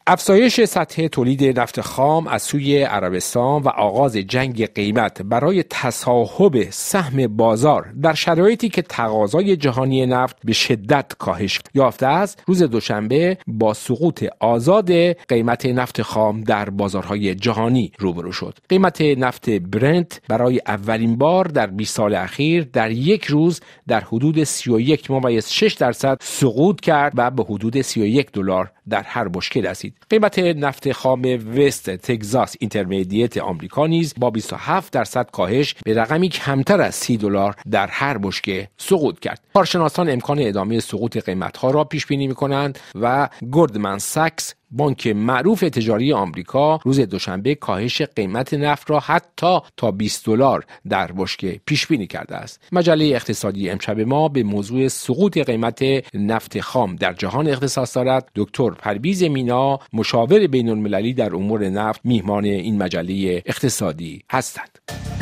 افزایش سطح تولید نفت خام از سوی عربستان و آغاز جنگ قیمت برای تصاحب سهم بازار در شرایطی که تقاضای جهانی نفت به شدت کاهش یافته است، روز دوشنبه با سقوط آزاد قیمت نفت خام در بازارهای جهانی روبرو شد. قیمت نفت برنت برای اولین بار در 20 سال اخیر در یک روز در حدود 31.6% سقوط کرد و به حدود $31 در هر بشکه رسید. قیمت نفت خام وست تگزاس اینترمدییت آمریکا نیز با 27% کاهش به رقمی کمتر از $30 در هر بشکه سقوط کرد. کارشناسان امکان ادامه سقوط قیمت‌ها را پیش بینی می‌کنند و گلدمن ساکس، بانک معروف تجاری آمریکا، روز دوشنبه کاهش قیمت نفت را حتی تا $20 در بشکه پیش بینی کرده است. مجله اقتصادی امشب ما به موضوع سقوط قیمت نفت خام در جهان اختصاص دارد. دکتر پرویز مینا، مشاور بین‌المللی در امور نفت، میهمان این مجله اقتصادی هستند.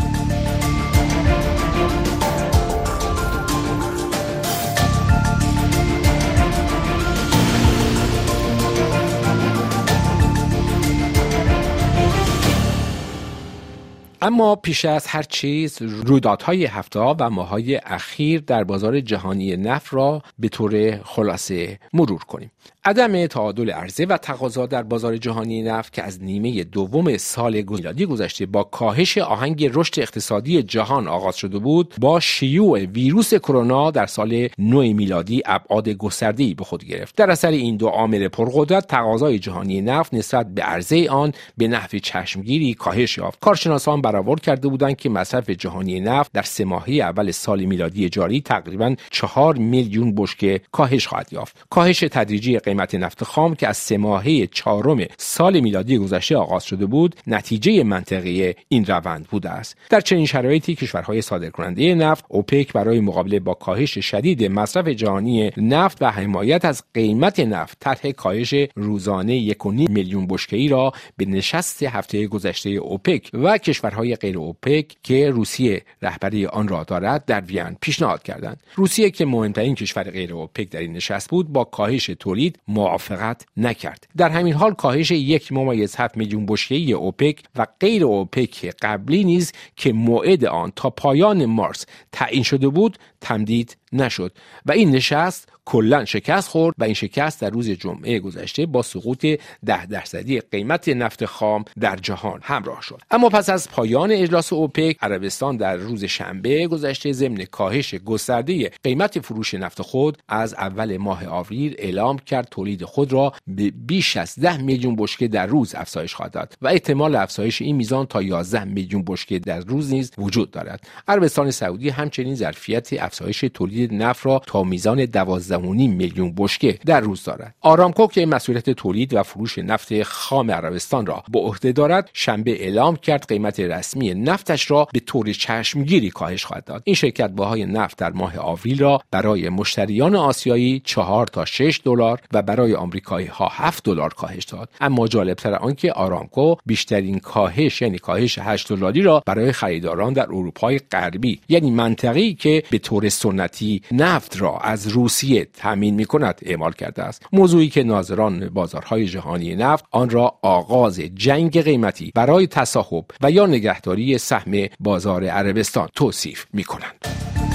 اما پیش از هر چیز رویدادهای هفته و ماه‌های اخیر در بازار جهانی نفت را به طور خلاصه مرور کنیم. عدم تعادل عرضه و تقاضا در بازار جهانی نفت که از نیمه دوم سال میلادی گذشته با کاهش آهنگ رشد اقتصادی جهان آغاز شده بود، با شیوع ویروس کرونا در سال نو میلادی ابعاد گسترده‌ای به خود گرفت. در اثر این دو عامل پرقدرت، تقاضای جهانی نفت نسبت به عرضه آن به نحو چشمگیری کاهش یافت. کارشناسان برآورد کرده بودند که مصرف جهانی نفت در 3 ماهه اول سال میلادی جاری تقریباً 4 میلیون بشکه کاهش خواهد یافت. کاهش تدریجی قیمت نفت خام که از 3 ماهه چهارم سال میلادی گذشته آغاز شده بود، نتیجه منطقی این روند بوده است. در چنین شرایطی کشورهای صادرکننده نفت اوپک برای مقابله با کاهش شدید مصرف جهانی نفت و حمایت از قیمت نفت طرح کاهش روزانه 1.5 میلیون بشکه‌ای را به نشست هفته گذشته اوپک و کشورهای غیر اوپک که روسیه رهبری آن را دارد در وین پیشنهاد کردند. روسیه که مهمترین کشور غیر اوپک در این نشست بود، با کاهش تولید موافقت نکرد. در همین حال کاهش 1.7 میلیون بشکه‌ای اوپک و غیر اوپک قبلی نیز که موعد آن تا پایان مارس تعیین شده بود تمدید نشد و این نشست کلاً شکست خورد و این شکست در روز جمعه گذشته با سقوط 10% قیمت نفت خام در جهان همراه شد. اما پس از پایان اجلاس اوپک، عربستان در روز شنبه گذشته ضمن کاهش گسترده قیمت فروش نفت خود از اول ماه آوریل اعلام کرد تولید خود را به بیش از 10 میلیون بشکه در روز افزایش خواهد داد و احتمال افزایش این میزان تا 11 میلیون بشکه در روز نیز وجود دارد. عربستان سعودی همچنین ظرفیت افزایش تولید نفت را تا میزان 12.5 میلیون بشکه در روز دارد. آرامکو که مسئولیت تولید و فروش نفت خام عربستان را به عهده دارد، شنبه اعلام کرد قیمت رسمی نفتش را به طور چشمگیری کاهش خواهد داد. این شرکت بهای نفت در ماه آوریل را برای مشتریان آسیایی 4 تا 6 دلار و برای آمریکایی ها 7 دلار کاهش داد. اما جالبتر آنکه آرامکو بیشترین کاهش یعنی کاهش 8 دلاری را برای خریداران در اروپای غربی یعنی منطقه‌ای که به طور سنتی نفت را از روسیه تامین می‌کند اعمال کرده است. موضوعی که ناظران بازارهای جهانی نفت آن را آغاز جنگ قیمتی برای تصاحب و یا نگهداری سهم بازار عربستان توصیف می‌کنند.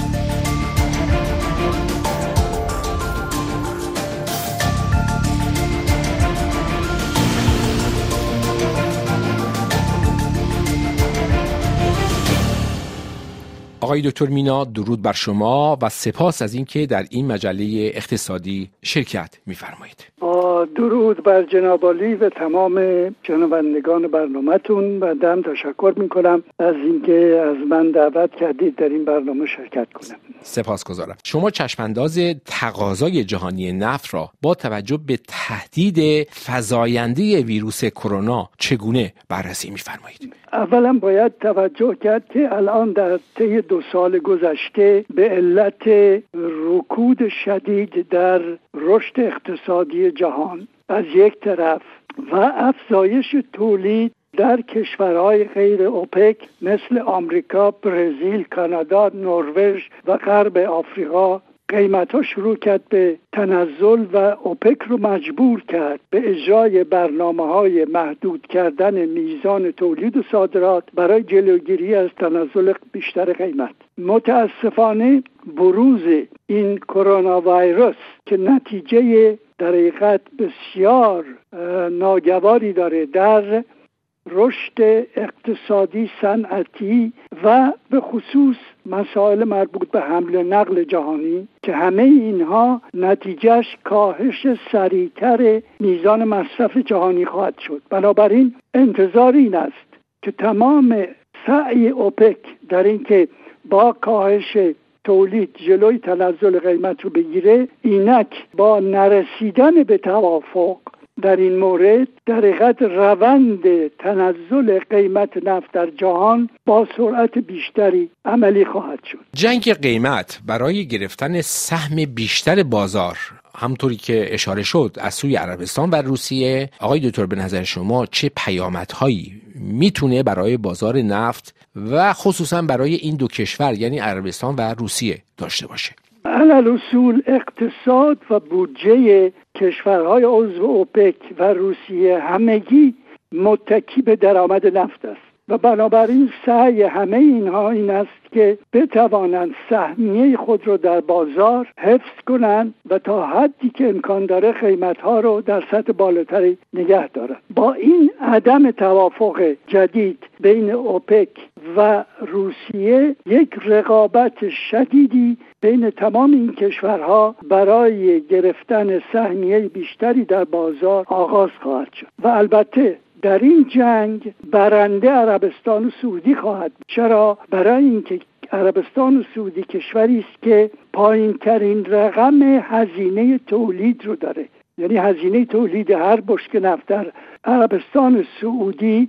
آقای دکتر مینا، درود بر شما و سپاس از اینکه در این مجله اقتصادی شرکت می‌فرمایید. با درود بر جناب عالی و تمام شنوندگان برنامه‌تون و دم تشکر می‌کنم از اینکه از من دعوت کردید در این برنامه شرکت کنم. سپاسگزارم. شما چشمانداز تقاضای جهانی نفت را با توجه به تهدید فزاینده ویروس کرونا چگونه بررسی می‌فرمایید؟ اولا باید توجه کرد که الان در طی 2 سال گذشته به علت رکود شدید در رشد اقتصادی جهان از یک طرف و افزایش تولید در کشورهای غیر اوپک مثل آمریکا، برزیل، کانادا، نروژ و غرب آفریقا قیمت‌ها شروع کرد به تنزل و اوپک رو مجبور کرد به اجرای برنامه‌های محدود کردن میزان تولید و صادرات برای جلوگیری از تنزل بیشتر قیمت. متاسفانه بروز این کرونا ویروس که نتیجه در حقیقت بسیار ناگواری داره در رشد اقتصادی، صنعتی و به خصوص مسائل مربوط به حمل و نقل جهانی که همه اینها نتیجهش کاهش سریعتر میزان مصرف جهانی خواهد شد. بنابراین انتظار این است که تمام سعی اوپک در این که با کاهش تولید جلوی تنزل قیمت رو بگیره، اینک با نرسیدن به توافق در این مورد در حقیقت روند تنزل قیمت نفت در جهان با سرعت بیشتری عملی خواهد شد. جنگ قیمت برای گرفتن سهم بیشتر بازار همطوری که اشاره شد از سوی عربستان و روسیه، آقای دکتر به نظر شما چه پیامدهایی میتونه برای بازار نفت و خصوصا برای این دو کشور یعنی عربستان و روسیه داشته باشه؟ علالرسول اقتصاد و بودجه کشورهای عضو اوپک و روسیه همگی متکی به درآمد نفت است و بنابراین سعی همه اینها این است که بتوانند سهمیه خود را در بازار حفظ کنند و تا حدی که امکان داره قیمتها رو در سطح بالاتری نگه دارند. با این عدم توافق جدید بین اوپک و روسیه یک رقابت شدیدی بین تمام این کشورها برای گرفتن سهمیه بیشتری در بازار آغاز خواهد شد و البته در این جنگ برنده عربستان و سعودی خواهد بود. چرا؟ برای اینکه عربستان و سعودی کشوری است که پایین ترین رقم هزینه تولید رو داره، یعنی هزینه تولید هر بشکه نفت در عربستان سعودی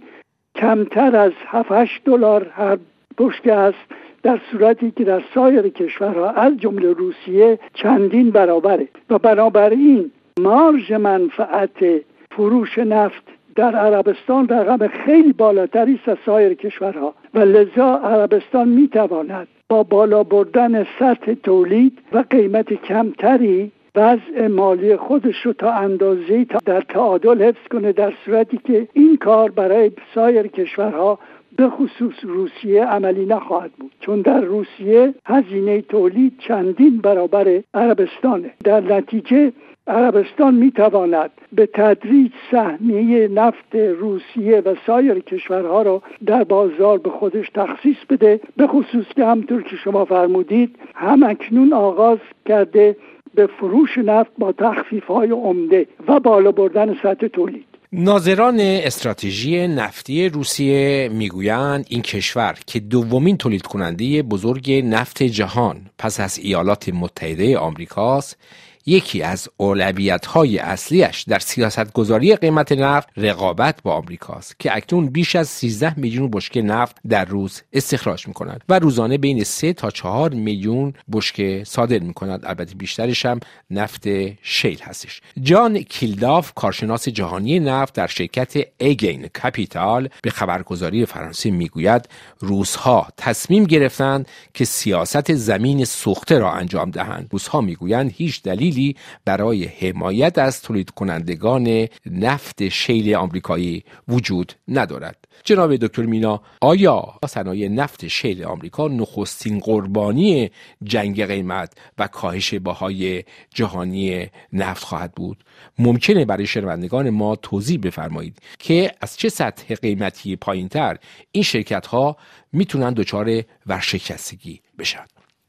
کمتر از 7-8 دلار هر بشکه است، در صورتی که در سایر کشورها از جمله روسیه چندین برابره و بنابراین مارژ منفعت فروش نفت در عربستان رقم خیلی بالاتری است از سایر کشورها و لذا عربستان میتواند با بالا بردن سطح تولید و قیمت کمتری وضع مالی خودش رو تا اندازه‌ای در تعادل حفظ کنه، در صورتی که این کار برای سایر کشورها به خصوص روسیه عملی نخواهد بود، چون در روسیه هزینه تولید چندین برابر عربستانه. در نتیجه عربستان میتواند به تدریج سهمیه نفت روسیه و سایر کشورها را در بازار به خودش تخصیص بده، به خصوص که همونطور که شما فرمودید هم اکنون آغاز کرده به فروش نفت با تخفیف‌های عمده و بالا بردن سطح تولید. ناظران استراتژی نفتی روسیه میگویند این کشور که دومین تولید کننده بزرگ نفت جهان پس از ایالات متحده آمریکاست، یکی از اولویت‌های اصلیش در سیاستگذاری قیمت نفت رقابت با آمریکاست که اکنون بیش از 13 میلیون بشکه نفت در روز استخراج می‌کند و روزانه بین 3 تا 4 میلیون بشکه صادر می‌کند. البته بیشترش هم نفت شیل هستش. جان کیلداف، کارشناس جهانی نفت در شرکت اگین کپیتال، به خبرگزاری فرانسه میگوید روس‌ها تصمیم گرفتند که سیاست زمین سوخته را انجام دهند. روس‌ها میگویند هیچ دلیلی برای حمایت از تولید کنندگان نفت شیل آمریکایی وجود ندارد. جناب دکتر مینا، آیا صنایع نفت شیل آمریکا نخستین قربانی جنگ قیمت و کاهش بهای جهانی نفت خواهد بود؟ ممکنه برای شنوندگان ما توضیح بفرمایید که از چه سطح قیمتی پایینتر این شرکت‌ها میتونن دچار ورشکستگی بشن؟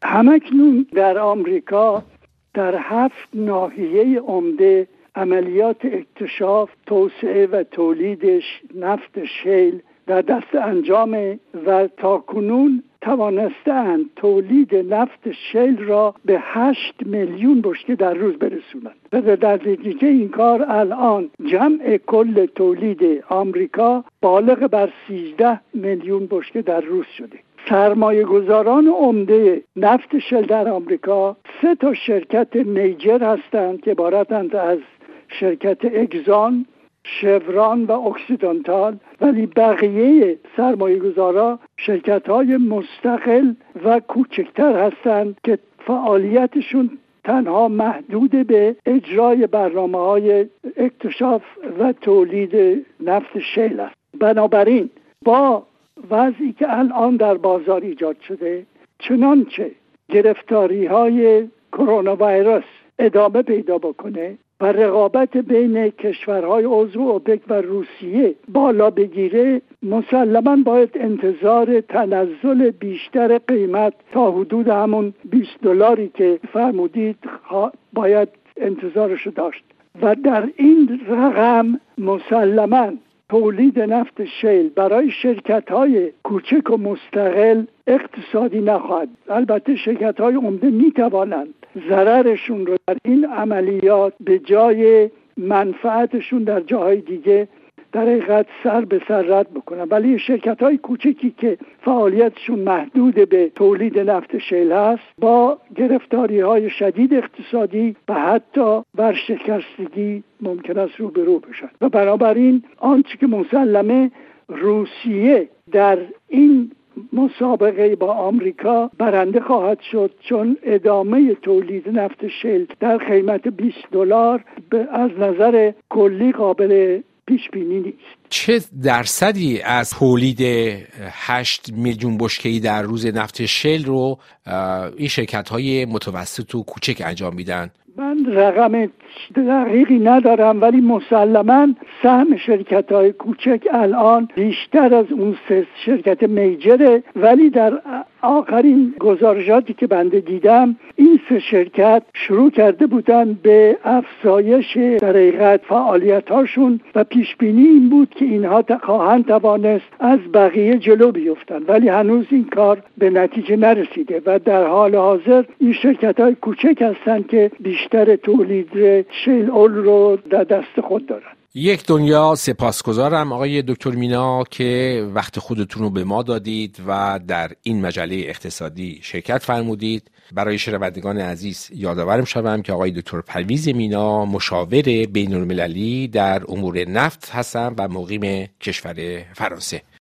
همکنون در آمریکا در 7 ناحیه عمده عملیات اکتشاف، توسعه و تولیدش نفت شیل در دست انجام و تاکنون توانستند تولید نفت شیل را به 8 میلیون بشکه در روز برسونند و در نتیجه این کار الان جمع کل تولید آمریکا بالغ بر 13 میلیون بشکه در روز شده. سرمایه گذاران عمده نفت شل در آمریکا 3 تا شرکت میجر هستند که عبارتند از شرکت اگزان، شوران و اکسیدنتال، ولی بقیه سرمایه گذارا شرکت های مستقل و کوچکتر هستند که فعالیتشون تنها محدود به اجرای برنامه‌های اکتشاف و تولید نفت شیل است. بنابراین با وضعی که الان در بازار ایجاد شده، چنانچه گرفتاری‌های کرونا ویروس ادامه پیدا بکنه و رقابت بین کشورهای عضو اوپک و روسیه بالا بگیره، مسلماً باید انتظار تنزل بیشتر قیمت تا حدود همون $20 که فرمودید باید انتظارشو داشت و در این رقم مسلماً تولید نفت شیل برای شرکت‌های کوچک و مستقل اقتصادی نخواهد. البته شرکت‌های عمده می‌توانند ضررشون رو در این عملیات به جای منفعتشون در جاهای دیگه در حقیقت سر به سر رد بکنن، ولی شرکت‌های کوچکی که فعالیتشون محدود به تولید نفت شیل هست با گرفتاری‌های شدید اقتصادی و حتی ورشکستگی ممکن است روبرو بشن و بنابراین آنچه که مسلمه روسیه در این مسابقه با آمریکا برنده خواهد شد، چون ادامه تولید نفت شیل در قیمت $20 از نظر کلی قابل پیش بینی نیست. چه درصدی از تولید 8 میلیون بشکه‌ای در روز نفت شیل رو این شرکت‌های متوسط و کوچک انجام میدن؟ من رقم دقیقی ندارم، ولی مسلماً سهم شرکت‌های کوچک الان بیشتر از اون 3 شرکت میجره، ولی در آخرین گزارشاتی که بنده دیدم این 3 شرکت شروع کرده بودن به افزایش در حقیقت فعالیت‌هاشون و پیش بینی این بود که اینها خواهند توانست از بقیه جلو بیفتن، ولی هنوز این کار به نتیجه نرسیده و در حال حاضر این شرکت‌های کوچک هستند که بیشتر تولید شیل اول رو در دست خود دارن. یک دنیا سپاسگزارم آقای دکتر مینا که وقت خودتون رو به ما دادید و در این مجله اقتصادی شرکت فرمودید. برای شنوندگان عزیز یادآورم شوم که آقای دکتر پرویز مینا مشاور بین‌المللی در امور نفت هستند و مقیم کشور فرانسه.